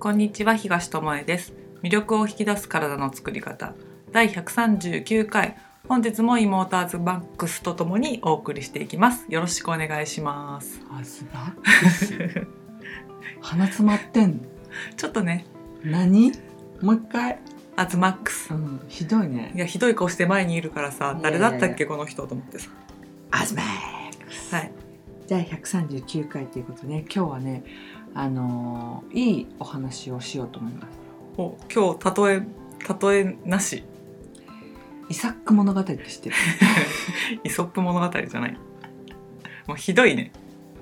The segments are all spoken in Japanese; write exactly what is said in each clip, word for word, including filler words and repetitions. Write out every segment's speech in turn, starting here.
こんにちは、東智恵です。魅力を引き出す体の作り方だいひゃくさんじゅうきゅうかい、本日もイモーターズマックスとともにお送りしていきます。よろしくお願いします。 アズマックス鼻詰まってんのちょっとね、 何もう一回アズマックス、 うん、ひどいね。 いやひどい顔して前にいるからさ、誰だったっけこの人と思ってさ。 アズマックス、はい、だいひゃくさんじゅうきゅうかいということで、ね、今日はね、あのー、いいお話をしようと思います。 お、今日例え例えなし。 イサック物語って知ってるイソップ物語じゃない。もうひどいね。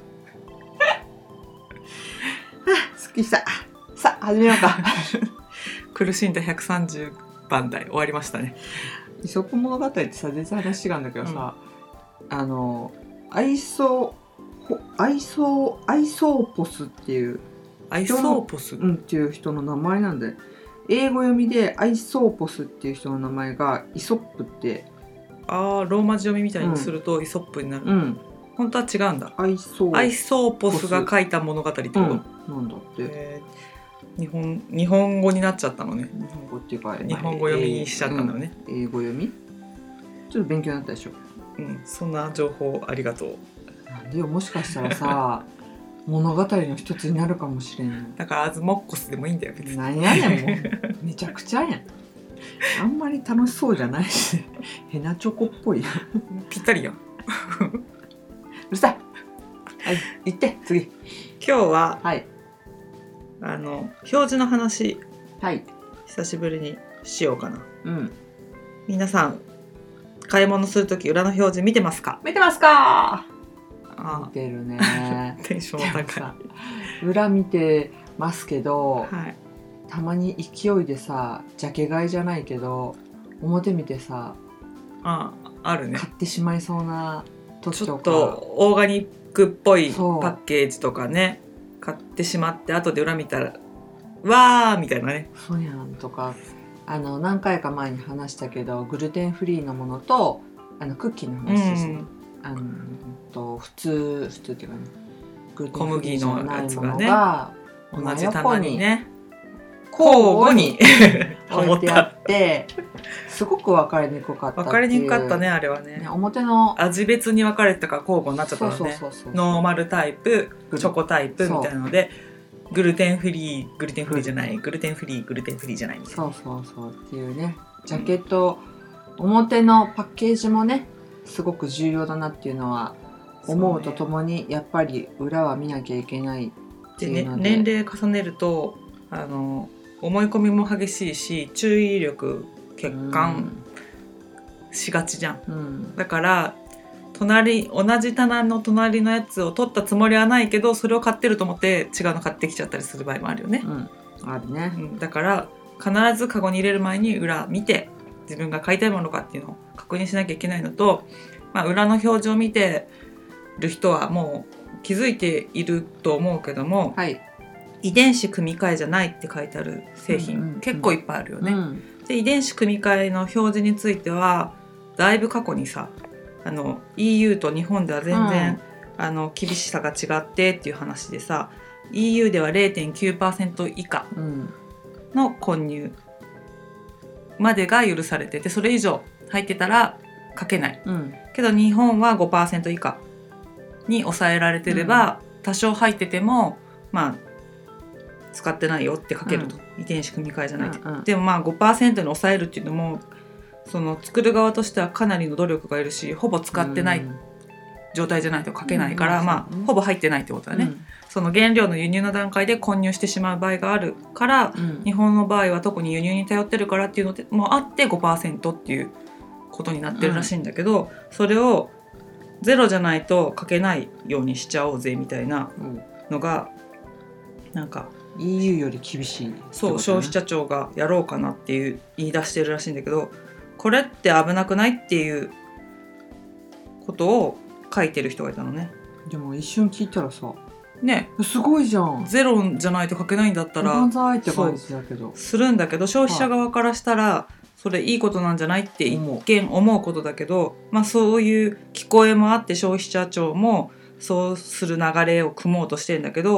好きさ。さあ始めようか。 苦しんだひゃくさんじゅうばんだい終わりましたね。 イソップ物語ってさ、全然話違うんだけどさ、うん、あの愛想アイソーアイソーポスっていうアイソーポス、 うん、っていう人の名前なんで、英語読みでアイソーポスっていう人の名前がイソップって、 あーローマ字読みみたいにするとイソップになる、うん、本当は違うんだ。 アイソーアイソーポスが書いた物語ってこと、うん、 なんだって、 えー、日本日本語になっちゃったのね。 日本語っていうか日本語読みにしちゃったのね、 うん、英語読みちょっと勉強になったでしょ。 うん、そんな情報ありがとう。 でももしかしたらさ物語の一つになるかもしれん。 だからアズモッコスでもいいんだよ別に。 何やねんもうめちゃくちゃやん。あんまり楽しそうじゃないしヘナチョコっぽい。 ぴったりやん。うるさい。はい、行って次。 今日は、 はい、 あの表示の話、 はい、 久しぶりにしようかな。 うん。 皆さん買い物するとき裏の表示見てますか？ 見てますか？ あ見てるね。 テンション高い。 裏見てますけど、 はい、 たまに勢いでさ、ジャケ買いじゃないけど表見てさ、 ああるね、 買ってしまいそうな時とか、 ちょっとオーガニックっぽいパッケージとかね買ってしまって、後で裏見たらわーみたいなね。 そうやんとか、あの何回か前に話したけど、グルテンフリーのものとあのクッキーの話ですね、うん、あのと普通普通っていうかね、グルテンフリーじゃないものが同じ棚にね交互に置いてあって、すごく分かりにくかったっていう。 分かりにくかったねあれはね。 表の味別に分かれてたから交互になっちゃったのね。 そうそうそうそう、 ノーマルタイプ、チョコタイプみたいなので、グルテンフリーグルテンフリーじゃない、グルテンフリーグルテンフリーじゃないみたいな。 そうそうそうっていうね。ジャケット、うん、表のパッケージもねすごく重要だなっていうのは思うとともに、ね、やっぱり裏は見なきゃいけないっていうので、 で、ね、年齢重ねるとあの思い込みも激しいし、注意力欠陥しがちじゃん、うん、だから隣同じ棚の隣のやつを取ったつもりはないけど、それを買ってると思って違うの買ってきちゃったりする場合もあるよね、うん、 あるね、 うん、だから必ずカゴに入れる前に裏見て自分が買いたいものかっていうのを確認しなきゃいけないのと、まあ、裏の表示を見てる人はもう気づいていると思うけども、 はい、 遺伝子組み換えじゃないって書いてある製品、うんうんうん、結構いっぱいあるよね、うん、で遺伝子組み換えの表示についてはだいぶ過去にさ、あの イーユー と日本では全然、うん、あの厳しさが違ってっていう話でさ、 イーユー では れいてんきゅうパーセント 以下の混入までが許されてて、それ以上入ってたらかけない、うん、けど日本は ごパーセント 以下に抑えられてれば、うん、多少入っててもまあ使ってないよって書けると、うん、遺伝子組み換えじゃないって、うんうん、でもまあ ごパーセント に抑えるっていうのもその作る側としてはかなりの努力がいるし、ほぼ使ってない状態じゃないと書けないから、うん、まあ、うん、ほぼ入ってないってことだね、うん、その原料の輸入の段階で混入してしまう場合があるから、うん、日本の場合は特に輸入に頼ってるからっていうのもあって ごパーセント っていうことになってるらしいんだけど、うん、それをゼロじゃないと書けないようにしちゃおうぜみたいなのがなんかイーユー より厳しい、ね、 そう消費者庁がやろうかなっていう言い出してるらしいんだけど、これって危なくないっていうことを書いてる人がいたのね。 でも一瞬聞いたらさね、 すごいじゃん、 ゼロじゃないと書けないんだったら万歳って感じだけどするんだけど、消費者側からしたらそれいいことなんじゃないって一見思うことだけど、まあ、そういう聞こえもあって消費者庁もそうする流れを組もうとしてるんだけど、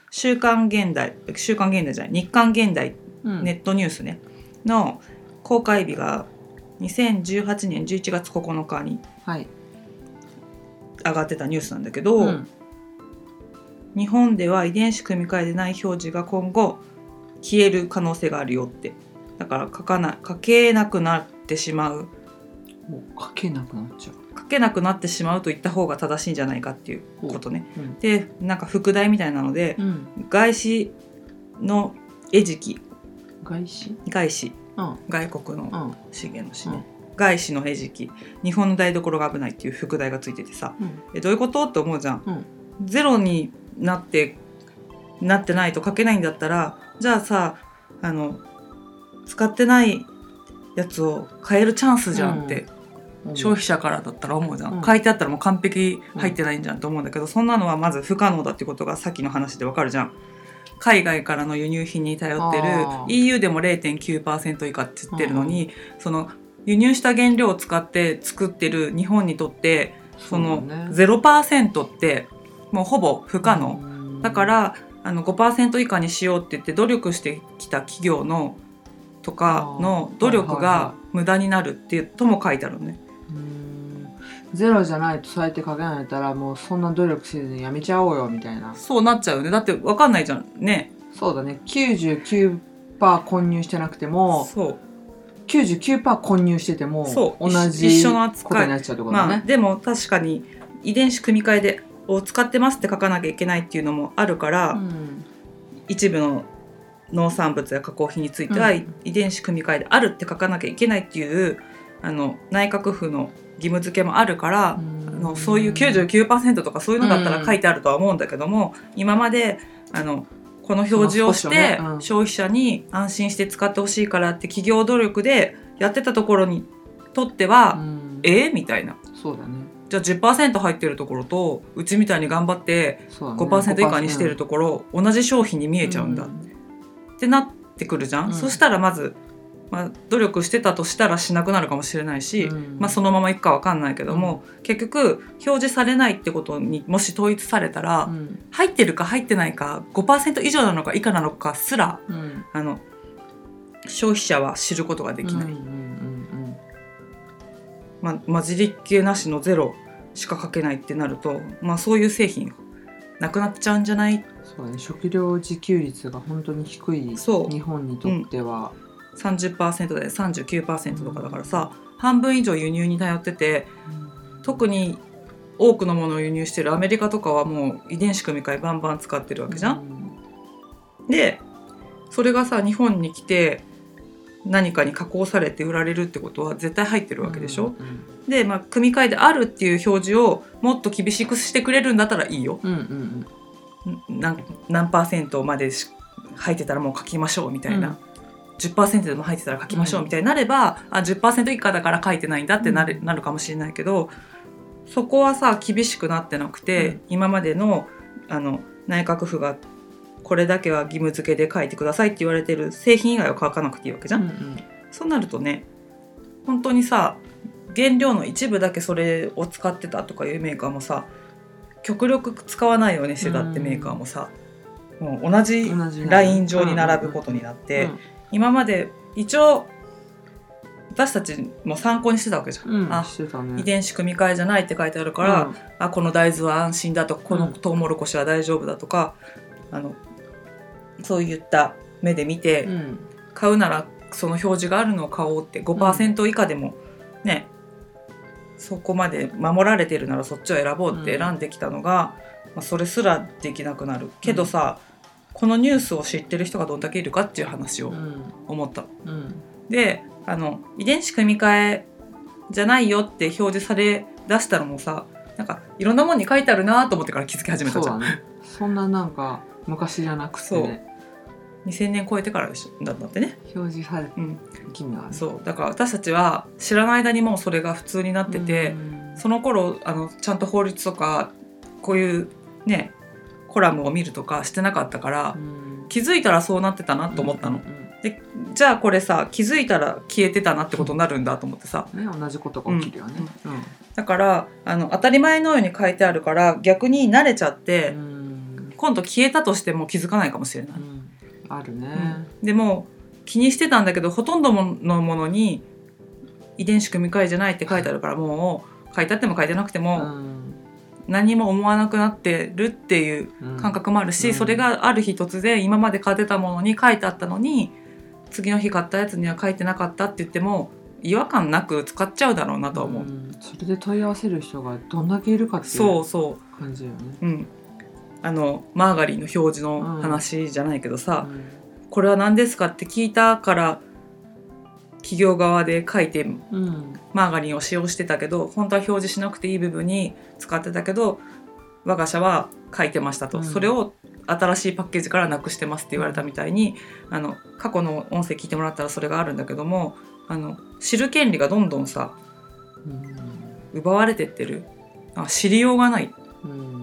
週刊現代週刊現代じゃない日刊現代、 うん、 ネットニュースねの公開日がにせんじゅうはちねんじゅういちがつここのかに上がってたニュースなんだけど、 うん、 日本では遺伝子組み換えでない表示が今後消える可能性があるよって。だから書かな書けなくなってしまう書けなくなっちゃう書けなくなってしまうと言った方が正しいんじゃないかっていうことね、 うん、 でなんか副題みたいなので、 うん、 外資の餌食外資外資、 うん、 外国の資源の資ね、 うん、 外資の餌食日本の台所が危ないっていう副題がついててさ、 うん、 えどういうことって思うじゃん、 うん、 ゼロになってなってないと書けないんだったらじゃあさあの使ってないやつを買えるチャンスじゃんって、うん、消費者からだったら思うじゃん、うん、書いてあったらもう完璧入ってないんじゃんと思うんだけど、そんなのはまず不可能だっていうことがさっきの話でわかるじゃん。海外からの輸入品に頼ってる イーユー でも れいてんきゅうパーセント 以下って言ってるのに、その輸入した原料を使って作ってる日本にとってその ゼロパーセント ってもうほぼ不可能、うん、だからあの ごパーセント 以下にしようって言って努力してきた企業のとかの努力が無駄になるっていうとも書いてあるのね。 うーんゼロじゃないとそうやって書けないたらもうそんな努力せずにやめちゃおうよみたいな。 そうなっちゃうよね。だって分かんないじゃんね。 そうだね きゅうじゅうきゅうパーセント 混入してなくてもそうきゅうじゅうきゅうパーセント 混入しててもそう同じ一緒の扱いことになっちゃうってことだね、 まあ、でも確かに遺伝子組み換えでを使ってますって書かなきゃいけないっていうのもあるから、うん、一部の農産物や加工品については遺伝子組み換えであるって書かなきゃいけないっていうあの内閣府の義務付けもあるから、うん、あのそういう きゅうじゅうきゅうパーセント とかそういうのだったら書いてあるとは思うんだけども、うん、今まであのこの表示をして消費者に安心して使ってほしいからって企業努力でやってたところにとっては、うん、えみたいな。 そうだね。 じゃあ じゅっパーセント 入ってるところとうちみたいに頑張って ごパーセント 以下にしてるところ、ね、同じ商品に見えちゃうんだ、うんってなってくるじゃん、うん、そしたらまず、まあ、努力してたとしたらしなくなるかもしれないし、うんまあ、そのままいくか分かんないけども、うん、結局表示されないってことにもし統一されたら、うん、入ってるか入ってないか ごパーセント 以上なのか以下なのかすら、うん、あの消費者は知ることができない、うんうんうんうんまあ、混じりっ気なしのゼロしか書けないってなると、まあ、そういう製品なくなっちゃうんじゃない。 そうね、食料自給率が本当に低い日本にとっては、 うん、さんじゅっパーセント で さんじゅうきゅうパーセント とかだからさ、うん、半分以上輸入に頼ってて、うん、特に多くのものを輸入してるアメリカとかはもう遺伝子組み換えバンバン使ってるわけじゃん、うん、でそれがさ日本に来て何かに加工されて売られるってことは絶対入ってるわけでしょ、うんうん、で、まあ、組み換えであるっていう表示をもっと厳しくしてくれるんだったらいいよ、うんうんうん、何, 何パーセントまで入ってたらもう書きましょうみたいな、うん、じゅっパーセント でも入ってたら書きましょうみたいになれば、うん、あ じゅっパーセント 以下だから書いてないんだってな る,、うん、なるかもしれないけど、そこはさ厳しくなってなくて、うん、今まで の, あの内閣府がこれだけは義務付けで書いてくださいって言われてる製品以外は書かなくていいわけじゃん、うんうん、そうなるとね本当にさ原料の一部だけそれを使ってたとかいうメーカーもさ極力使わないようにしてたってメーカーもさ、うん、もう同じライン上に並ぶことになって、うんうん、今まで一応私たちも参考にしてたわけじゃん、うん、あしてたね、遺伝子組み換えじゃないって書いてあるから、うん、あこの大豆は安心だとかこのトウモロコシは大丈夫だとか、うん、あのそういった目で見て、うん、買うならその表示があるのを買おうって ごパーセント 以下でもね、うん、そこまで守られてるならそっちを選ぼうって選んできたのが、うんまあ、それすらできなくなるけどさ、うん、このニュースを知ってる人がどんだけいるかっていう話を思った、うん、であの遺伝子組み換えじゃないよって表示され出したのもさなんかいろんなものに書いてあるなと思ってから気づき始めたじゃん。 そうだね、そんななんか昔じゃなくて、ね、 にせんねん超えてからだったってね表示されて、うん、 そうだから私たちは知らない間にもうそれが普通になってて、その頃あのちゃんと法律とかこういうねコラムを見るとかしてなかったから気づいたらそうなってたなと思ったの、うんうんうん、でじゃあこれさ気づいたら消えてたなってことになるんだと思ってさ、 ね、同じことが起きるよね、うんうん、 だからあの当たり前のように書いてあるから逆に慣れちゃって、うん今度消えたとしても気づかないかもしれない、うん、 あるね、 うん、でも気にしてたんだけどほとんどのものに遺伝子組み換えじゃないって書いてあるからもう書いてあっても書いてなくても、うん、何も思わなくなってるっていう感覚もあるし、うん、それがある日突然今まで買ってたものに書いてあったのに次の日買ったやつには書いてなかったって言っても違和感なく使っちゃうだろうなとは思う、うん、 それで問い合わせる人がどんだけいるかっていうそうそう感じよね。 うん、あのマーガリンの表示の話じゃないけどさ、うん、これは何ですかって聞いたから企業側で書いて、うん、マーガリンを使用してたけど本当は表示しなくていい部分に使ってたけど我が社は書いてましたと、うん、それを新しいパッケージからなくしてますって言われたみたいにあの過去の音声聞いてもらったらそれがあるんだけどもあの知る権利がどんどんさ、うん、奪われてってるあ知りようがない、うん、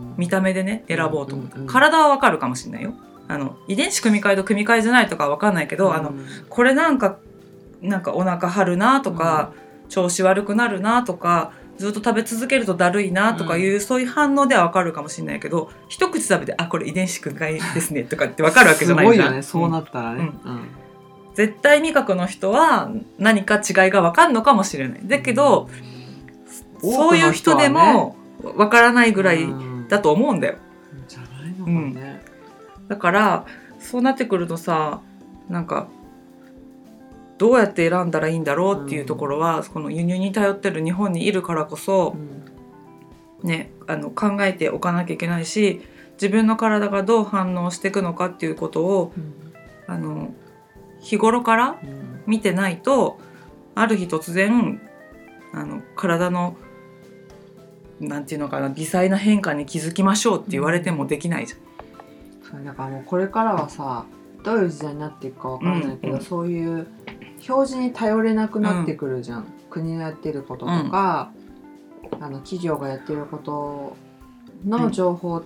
見た目でね選ぼうと思った、うんうんうん、体はわかるかもしれないよあの遺伝子組み換えと組み換えじゃないとかはわかんないけど、うん、あのこれなんかなんかお腹張るなとか、うん、調子悪くなるなとかずっと食べ続けるとだるいなとかいう、うん、そういう反応では分かるかもしれないけど一口食べてあこれ遺伝子組み換えですねとかって分かるわけじゃないじゃん。すごいよねそうなったらね、 うんうん、絶対味覚の人は何か違いが分かるのかもしれないだけど、うん、そういう人でも分からないぐらいだと思うんだよ、 うん、じゃないのかね、 うん、だからそうなってくるとさなんかどうやって選んだらいいんだろうっていうところは、うん、この輸入に頼ってる日本にいるからこそ、うんね、あの考えておかなきゃいけないし自分の体がどう反応していくのかっていうことを、うん、あの日頃から見てないと、うん、ある日突然あの体のなんていうのかな微細な変化に気づきましょうって言われてもできないじゃん、 うん、そうだからもうこれからはさどういう時代になっていくかわからないけど、うんうん、そういう表示に頼れなくなってくるじゃん、うん、国がやってることとか、うん、あの企業がやってることの情報って、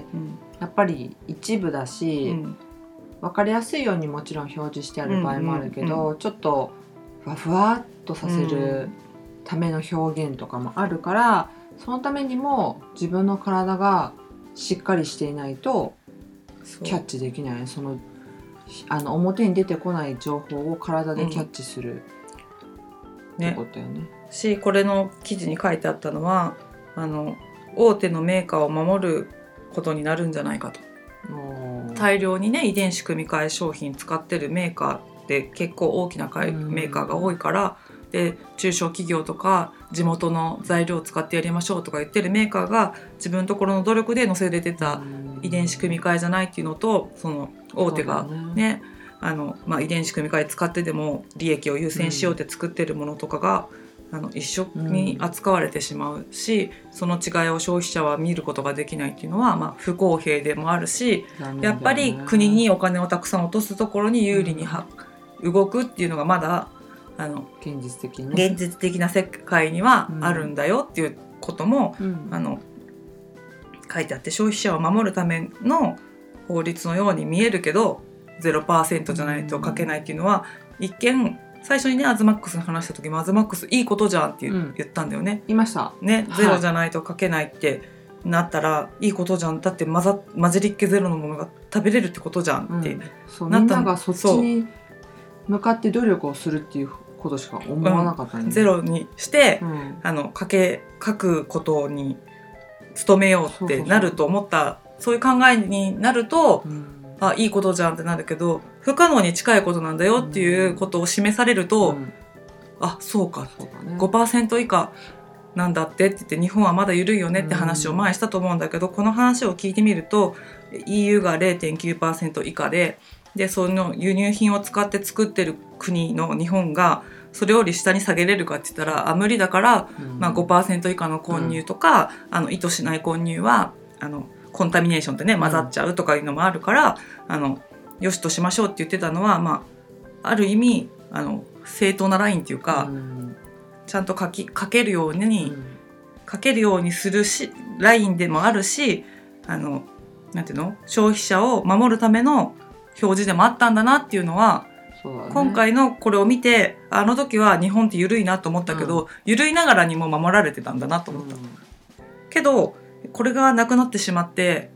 うん、やっぱり一部だし、うん、分かりやすいようにもちろん表示してある場合もあるけど、うんうんうん、ちょっとふわふわっとさせるための表現とかもあるから、そのためにも自分の体がしっかりしていないとキャッチできない、そのあの表に出てこない情報を体でキャッチする、うん、ってことよね。 しこれの記事に書いてあったのはあの大手のメーカーを守ることになるんじゃないかと。大量にね遺伝子組み換え商品使ってるメーカーって結構大きなメーカーが多いから、で中小企業とか地元の材料を使ってやりましょうとか言ってるメーカーが自分のところの努力で載せれてた遺伝子組み換えじゃないっていうのと、その大手が ね, ねあの、まあ、遺伝子組み換え使ってでも利益を優先しようって作ってるものとかが、うん、あの一緒に扱われてしまうし、うん、その違いを消費者は見ることができないっていうのは、まあ、不公平でもあるし、ね、やっぱり国にお金をたくさん落とすところに有利には、うん、動くっていうのがまだあの現実的な、 現実的な世界にはあるんだよっていうことも、うん、あの書いてあって、消費者を守るための法律のように見えるけど ゼロパーセント じゃないと書けないっていうのは、一見最初にねアズマックスに話した時もアズマックスいいことじゃんって言、うん、言ったんだよね。 言いましたね、ゼロじゃないと書けないってなったら、はい、いいことじゃん、だって混ざ混じりっ気ゼロのものが食べれるってことじゃんって、うん、 そうみんながそっちに向かって努力をするっていうことしか思わなかったね、 うん、ゼロにして、うん、あの書け書くことに努めようってなると思った、そういう考えになると、うん、あいいことじゃんってなるけど、不可能に近いことなんだよっていうことを示されると、うん、あそうか、そうだね、ごパーセント 以下なんだってって言って、日本はまだ緩いよねって話を前したと思うんだけど、うん、この話を聞いてみると イーユー が ゼロてんきゅうパーセント 以下で、でその輸入品を使って作ってる国の日本がそれより下に下げれるかって言ったらあ無理だから、うんまあ、ごパーセント 以下の混入とか、うん、あの意図しない混入はあのコンタミネーションってね混ざっちゃうとかいうのもあるから、うん、あのよしとしましょうって言ってたのは、まあ、ある意味あの正当なラインっていうか、うん、ちゃんと書き書けるように、うん、書けるようにするしラインでもあるし、あのなんていうの消費者を守るための表示でもあったんだなっていうのは、そうだね、今回のこれを見てあの時は日本って緩いなと思ったけど、うん、緩いながらにも守られてたんだなと思った、うん、けどこれがなくなってしまって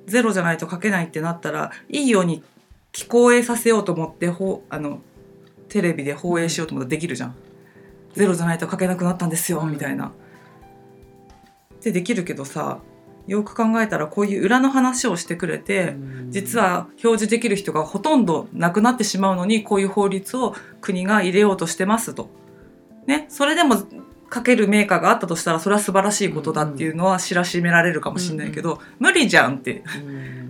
ゼロじゃないと書けないってなったらいいように聞こえさせようと思ってほあのテレビで放映しようと思ったらできるじゃん。ゼロじゃないと書けなくなったんですよ、うん、みたいな。でできるけどさ、よく考えたらこういう裏の話をしてくれて、うん、実は表示できる人がほとんどなくなってしまうのにこういう法律を国が入れようとしてますと。ね、それでも書けるメーカーがあったとしたらそれは素晴らしいことだっていうのは知らしめられるかもしれないけど、うんうん、無理じゃんって、うん、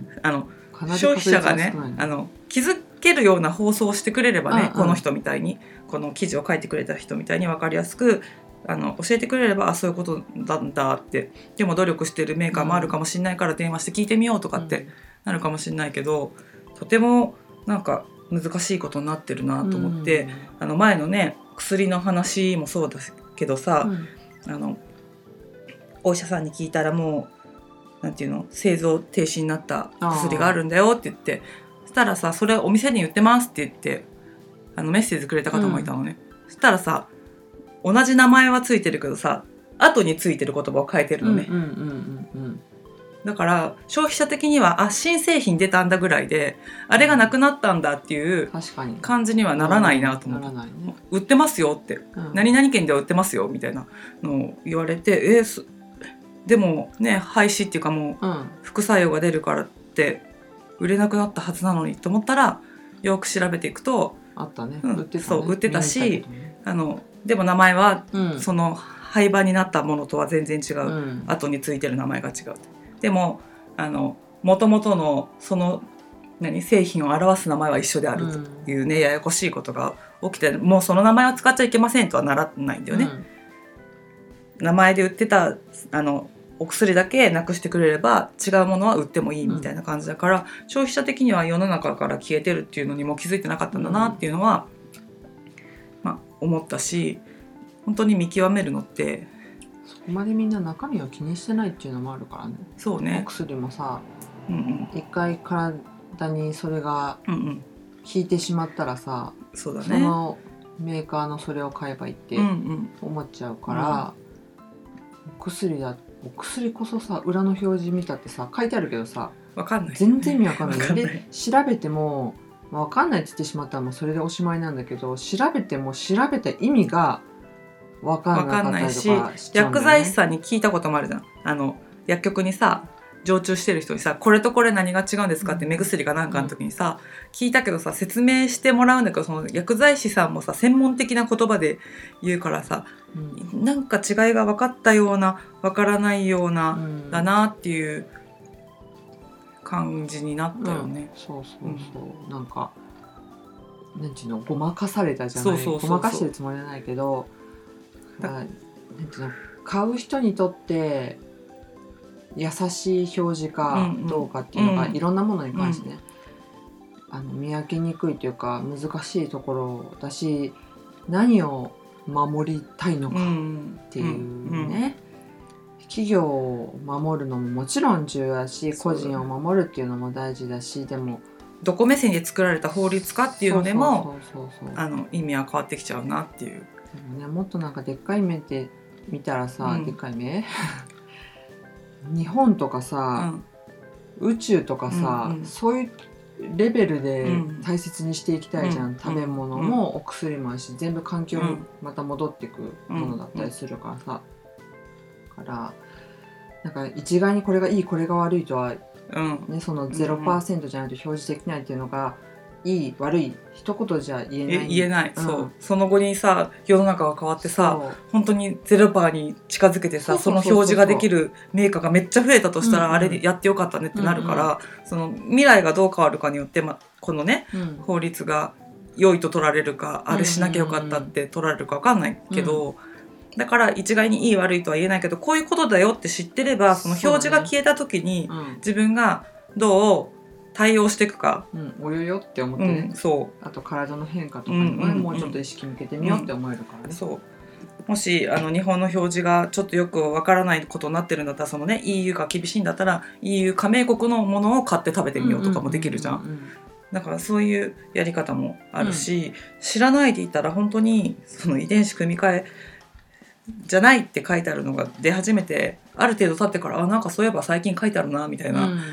あの消費者がねあの気づけるような放送をしてくれればね、うんうん、この人みたいにこの記事を書いてくれた人みたいに分かりやすくあの教えてくれれば、あそういうことなんだって、でも努力してるメーカーもあるかもしれないから電話して聞いてみようとかってなるかもしれないけど、とてもなんか難しいことになってるなと思って、うん、あの前のね薬の話もそうだけどさ、うん、あのお医者さんに聞いたらもうなんていうの製造停止になった薬があるんだよって言って、そしたらさそれお店に売ってますって言ってあのメッセージくれた方もいたのね、うん、そしたらさ同じ名前はついてるけどさ後についてる言葉を書いてるのね、うんうんうんうん、だから消費者的にはあ新製品出たんだぐらいであれがなくなったんだっていう感じにはならないなと思って、うんね、売ってますよって、うん、何々県では売ってますよみたいなのを言われて、えー、でもね廃止っていうかもう副作用が出るからって売れなくなったはずなのにと思ったらよく調べていくとあったね、 うん、 売ってたね、 そう売ってたし、あのでも名前は、うん、その廃盤になったものとは全然違う、うん、後についてる名前が違う。でもあの元々のその何製品を表す名前は一緒であるというね、うん、ややこしいことが起きて、もうその名前を使っちゃいけませんとはならないんだよね、うん、名前で売ってたあのお薬だけなくしてくれれば違うものは売ってもいいみたいな感じだから、うん、消費者的には世の中から消えてるっていうのにも気づいてなかったんだなっていうのは、うんまあ、思ったし、本当に見極めるのってそこまでみんな中身を気にしてないっていうのもあるからね。 そうね、 お薬もさ、 うんうん、 一回体にそれが効いてしまったらさ、 うんうん、そうだね、 そのメーカーのそれを買えばいいって思っちゃうから、うんうん、お薬だお薬こそさ裏の表示見たってさ書いてあるけどさわかんない、 全然意味わかんない。かんないで調べてもわかんないって言ってしまったらもうそれでおしまいなんだけど、調べても調べた意味がわかんなかったりとかしちゃうんだよね。 薬剤師さんに聞いたこともあるじゃん。あの薬局にさ常駐してる人にさこれとこれ何が違うんですかって目薬かなんかの時にさ、うん、聞いたけどさ説明してもらうんだけど、その薬剤師さんもさ専門的な言葉で言うからさ、うん、なんか違いが分かったような分からないような、うん、だなっていう感じになったよね、 うん、そうそうそう、うん、なんかなんていうのごまかされたじゃない、そうそうそうそう、ごまかしてるつもりはないけど、なんていうの買う人にとって優しい表示かどうかっていうのが、うんうん、いろんなものに関してね、うん、あの見分けにくいというか難しいところだし、何を守りたいのかっていうね、うんうんうん、企業を守るのももちろん重要だし、個人を守るっていうのも大事だし、でもどこ目線で作られた法律かっていうのでも意味は変わってきちゃうなっていう。 でもね、もっとなんかでっかい目って見たらさ、うん、でっかい目日本とかさ、うん、宇宙とかさ、うんうん、そういうレベルで大切にしていきたいじゃん、うん、食べ物もお薬もあるし、全部環境にまた戻っていくものだったりするからさ、だからなんか一概にこれがいいこれが悪いとは、うんね、その ゼロパーセント じゃないと表示できないっていうのがいい悪い一言じゃ言えない。 言えない、うん、そう。その後にさ世の中が変わってさ本当にゼロパーに近づけてさ、その表示ができるメーカーがめっちゃ増えたとしたら、うんうん、あれやってよかったねってなるから、うんうん、その未来がどう変わるかによって、ま、このね、うん、法律が良いと取られるか、あれしなきゃよかったって取られるか分かんないけど、うん、だから一概にいい悪いとは言えないけど、こういうことだよって知ってれば、その表示が消えた時に、ね、うん、自分がどう対応していくか、 うん、およよって思ってね、 うん、そうあと体の変化とかにも、うんうん、もうちょっと意識向けてみようって思えるからね、うん、 そうもしあの日本の表示がちょっとよくわからないことになってるんだったら、そのね イーユー が厳しいんだったら イーユー 加盟国のものを買って食べてみようとかもできるじゃん。だからそういうやり方もあるし、うん、知らないでいたら本当にその遺伝子組み換えじゃないって書いてあるのが出始めて、ある程度経ってから、あなんかそういえば最近書いてあるなみたいな、うんっ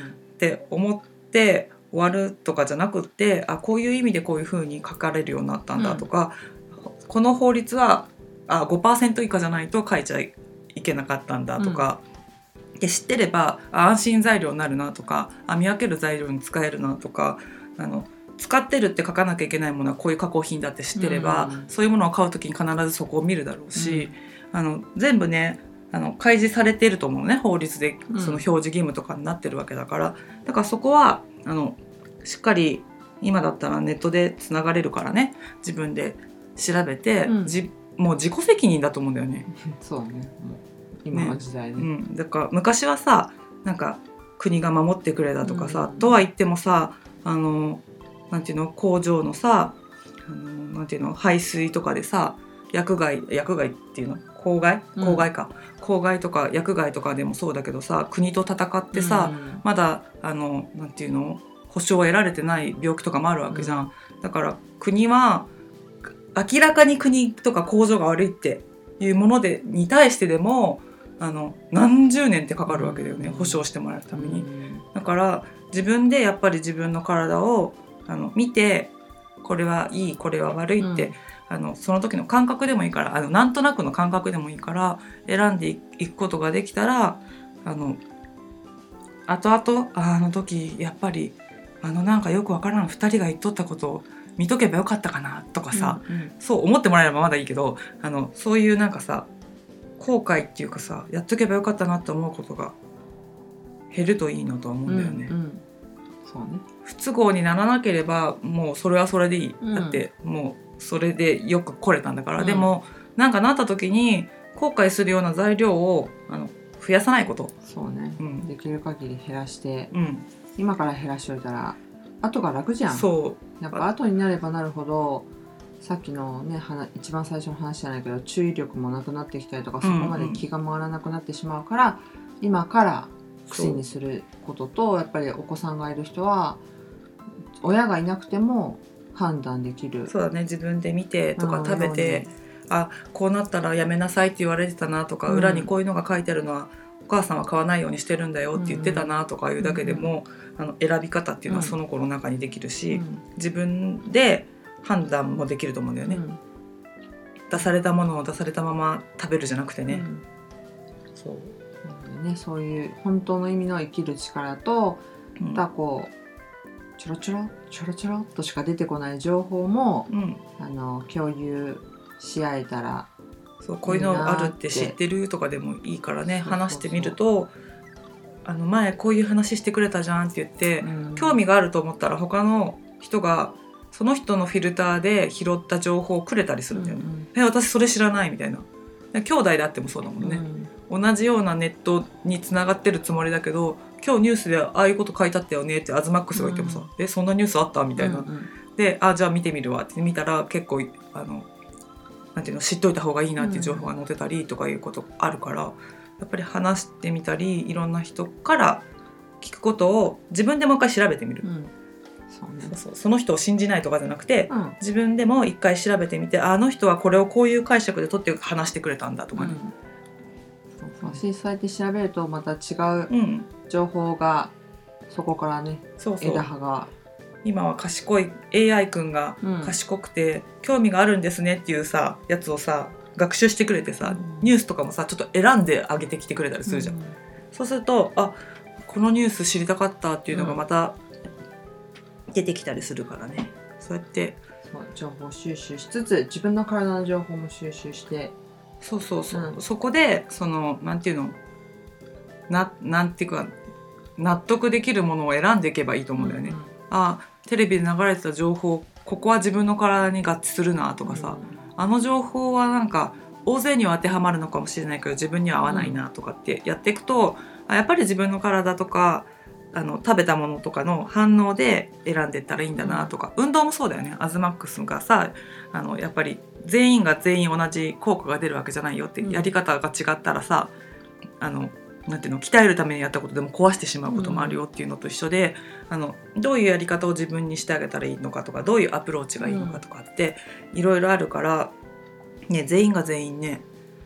って思って終わるとかじゃなくって、あこういう意味でこういう風に書かれるようになったんだとか、うん、この法律はあ ごパーセント 以下じゃないと書いちゃいけなかったんだとか、うん、で知ってれば安心材料になるなとか、あ見分ける材料に使えるなとか、あの使ってるって書かなきゃいけないものはこういう加工品だって知ってれば、うん、そういうものを買うときに必ずそこを見るだろうし、うん、あの全部ねあの開示されていると思うね、法律でその表示義務とかになってるわけだから、だからそこはあのしっかり今だったらネットでつながれるからね、自分で調べて、うん、じもう自己責任だと思うんだよね。 そうね、もう今の時代ね、 ね、うん、だから昔はさなんか国が守ってくれだとかさ、うん、とは言ってもさあのなんていうの工場のさあのなんていうの排水とかでさ薬害薬害っていうの公害公害か、うん、公害とか薬害とかでもそうだけどさ、国と戦ってさ、うん、まだあのなんていうの保証を得られてない病気とかもあるわけじゃん、うん、だから国は明らかに国とか工場が悪いっていうものでに対してでもあの何十年ってかかるわけだよね、保証してもらうために。だから自分でやっぱり自分の体をあの見て、これはいいこれは悪いって、うん、あのその時の感覚でもいいから、あのなんとなくの感覚でもいいから選んでいくことができたら、あの後々 あ, あの時やっぱりあのなんかよくわからんふたりが言っとったことを見とけばよかったかなとかさ、うんうん、そう思ってもらえればまだいいけど、あのそういうなんかさ後悔っていうかさ、やっとけばよかったなって思うことが減るといいなとは思うんだよね、うんうん、 そうね、 不都合にならなければもうそれはそれでいい、うん、だってもうそれでよく来れたんだから、うん、でもなんかなった時に後悔するような材料をあの増やさないこと。 そうね、うん、できる限り減らして、 うん、 今から減らしといたら後が楽じゃん。 そうやっぱ後になればなるほどさっきのね一番最初の話じゃないけど注意力もなくなってきたりとか、そこまで気が回らなくなってしまうから、うんうん、今から癖にすることと、やっぱりお子さんがいる人は親がいなくても判断できる。 そうだね、自分で見てとか食べて、あこうなったらやめなさいって言われてたなとか、うん、裏にこういうのが書いてあるのはお母さんは買わないようにしてるんだよって言ってたなとかいうだけでも、うん、あの選び方っていうのはその子の中にできるし、うん、自分で判断もできると思うんだよね、うん、出されたものを出されたまま食べるじゃなくてね、うん、そうね、そういう本当の意味の生きる力と、うん、こうちょろちょろちょろちょろっとしか出てこない情報も、うん、あの共有し合えたらそう、こういうのあるって知ってるとかでもいいからね、話してみると、あの前こういう話してくれたじゃんって言って、うん、興味があると思ったら他の人がその人のフィルターで拾った情報をくれたりするんだよね、うんうん、え私それ知らないみたいな。兄弟であってもそうだもんね、うん、同じようなネットにつながってるつもりだけど、今日ニュースでああいうこと書いてあったよねってアズマックスが言ってもさ、うん、えそんなニュースあったみたいな、うんうん、であじゃあ見てみるわって見たら結構あのなんていうの知っといた方がいいなっていう情報が載ってたりとかいうことあるから、やっぱり話してみたりいろんな人から聞くことを自分でもう一回調べてみる、うんそうね、そうそう、その人を信じないとかじゃなくて、うん、自分でも一回調べてみて、あの人はこれをこういう解釈で取って話してくれたんだとかね、 うん、そうそうやって調べるとまた違う情報がそこからね、そうそう枝葉が今は賢い エーアイ 君が賢くて、うん、興味があるんですねっていうさやつをさ学習してくれてさ、うん、ニュースとかもさちょっと選んであげてきてくれたりするじゃん、うん、そうするとあこのニュース知りたかったっていうのがまた出てきたりするからね、そうやってそう情報収集しつつ自分の体の情報も収集して、 そうそうそう、うん、そこでそのなんていうの な, なんていうか納得できるものを選んでいけばいいと思うんだよね、うんうん、あテレビで流れてた情報ここは自分の体に合致するなとかさ、うん、あの情報はなんか大勢には当てはまるのかもしれないけど自分には合わないなとかってやっていくと、うん、あやっぱり自分の体とかあの食べたものとかの反応で選んでいったらいいんだなとか、うん、運動もそうだよね。アズマックスがさあのやっぱり全員が全員同じ効果が出るわけじゃないよって、うん、やり方が違ったらさあのなんていうの鍛えるためにやったことでも壊してしまうこともあるよっていうのと一緒で、うん、あのどういうやり方を自分にしてあげたらいいのかとかどういうアプローチがいいのかとかっていろいろあるから、ね、全員が全員ね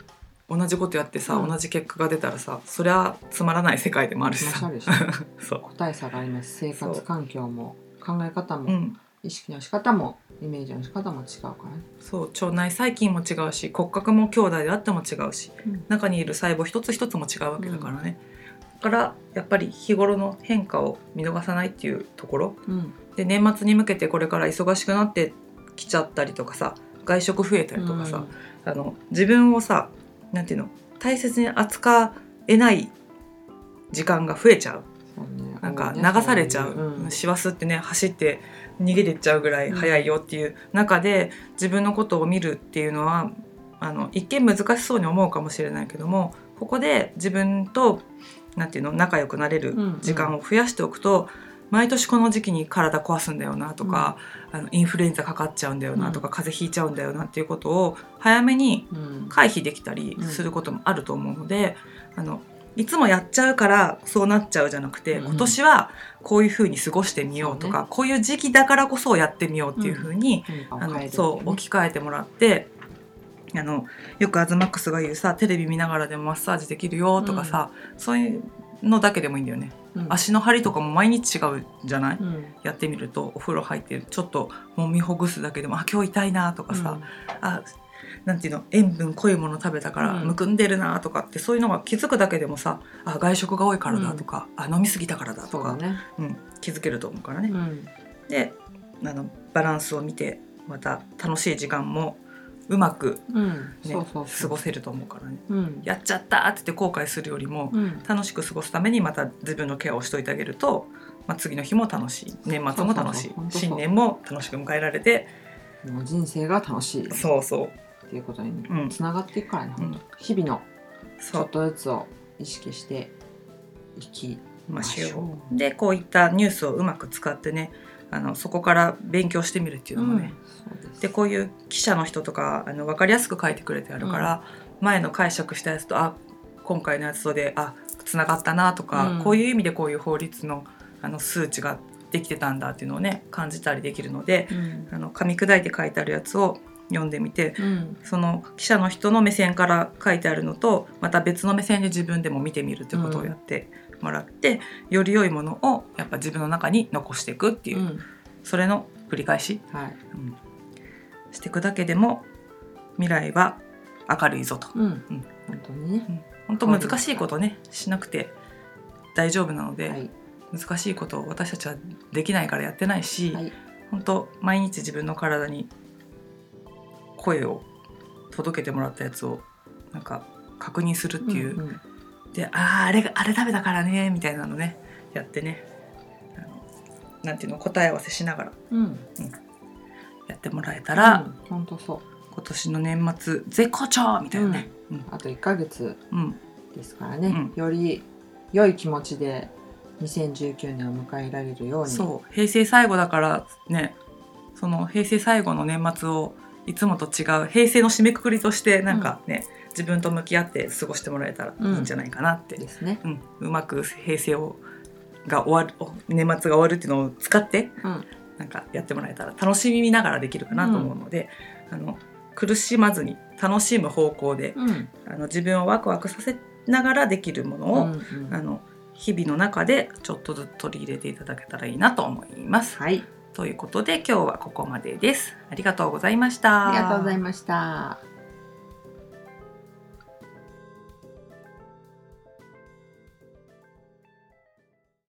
同じことやってさ、 うん、 同じ結果が出たらさ、そりゃつまらない世界でもあるしさそう個体差があります。生活環境も考え方も、 うん、 意識の仕方もイメージの仕方も違うからね。 そう腸内細菌も違うし、骨格も兄弟であっても違うし、うん、中にいる細胞一つ一つも違うわけだからね、うん、だからやっぱり日頃の変化を見逃さないっていうところ、うん、で年末に向けてこれから忙しくなってきちゃったりとかさ、外食増えたりとかさ、うん、あの自分をさなんていうの大切に扱えない時間が増えちゃう、ね、なんか流されちゃう、うん、師走ってね走って逃げてっちゃうぐらい早いよっていう中で、うん、自分のことを見るっていうのはあの一見難しそうに思うかもしれないけども、ここで自分となんていうの仲良くなれる時間を増やしておくと、うんうん、毎年この時期に体壊すんだよなとか、うん、あのインフルエンザかかっちゃうんだよなとか、うん、風邪ひいちゃうんだよなっていうことを早めに回避できたりすることもあると思うので、うん、あのいつもやっちゃうからそうなっちゃうじゃなくて、うん、今年はこういう風に過ごしてみようとか、ね、こういう時期だからこそやってみようっていう風に、うん、あのそう置き換えてもらって、あのよくアズマックスが言うさ、テレビ見ながらでもマッサージできるよとかさ、うん、そういうのだけでもいいんだよね、うん、足の張りとかも毎日違うじゃない、うん、やってみるとお風呂入ってちょっと揉みほぐすだけでもあ今日痛いなとかさ、うん、あなんていうの塩分濃いもの食べたからむくんでるなとかって、そういうのが気づくだけでもさ、あ外食が多いからだとか、うん、あ飲み過ぎたからだとか、ねうん、気づけると思うからね、うん、であのバランスを見てまた楽しい時間もうまく、ねうんそうそうそう、過ごせると思うからね、うん、やっちゃったって言って後悔するよりも、うん、楽しく過ごすためにまた自分のケアをしといてあげると、まあ、次の日も楽しい、年末も楽しい、そうそうそう新年も楽しく迎えられて、 もう人生が楽しいそうそうっていうことにつながっていくからね、うん、日々のちょっとずつを意識していきましょう。 でこういったニュースをうまく使ってね、あのそこから勉強してみるっていうのもね、うん、そうです。でこういう記者の人とかあの分かりやすく書いてくれてあるから、うん、前の解釈したやつとあ今回のやつとであつながったなとか、うん、こういう意味でこういう法律の、あの数値ができてたんだっていうのをね感じたりできるので、うん、あの噛み砕いて書いてあるやつを読んでみて、うん、その記者の人の目線から書いてあるのとまた別の目線で自分でも見てみるっていうことをやってもらって、うん、より良いものをやっぱ自分の中に残していくっていう、うん、それの繰り返し、はいうん、していくだけでも未来は明るいぞと、うんうん、 本当にね、うん、 本当難しいことねしなくて大丈夫なので、はい、難しいことを私たちはできないからやってないし、はい、本当毎日自分の体に声を届けてもらったやつをなんか確認するっていう、うんうん、であああれあれダメだからねみたいなのねやってね、あのなんていうの答え合わせしながら、うんうん、やってもらえたら、 うん、本当そう今年の年末絶好調みたいなね、 うんうん、あといっかげつですからね、うん、より良い気持ちでにせんじゅうきゅうねんを迎えられるように。 そう平成最後だからね、その平成最後の年末をいつもと違う平成の締めくくりとしてなんかね、うん、自分と向き合って過ごしてもらえたらいいんじゃないかなって、うんですねうん、うまく平成をが終わる年末が終わるっていうのを使って、うん、なんかやってもらえたら楽しみながらできるかなと思うので、うん、あの苦しまずに楽しむ方向で、うん、あの自分をワクワクさせながらできるものを、うんうん、あの日々の中でちょっとずつ取り入れていただけたらいいなと思います。はい。ということで今日はここまでです。ありがとうございました。 ありがとうございました。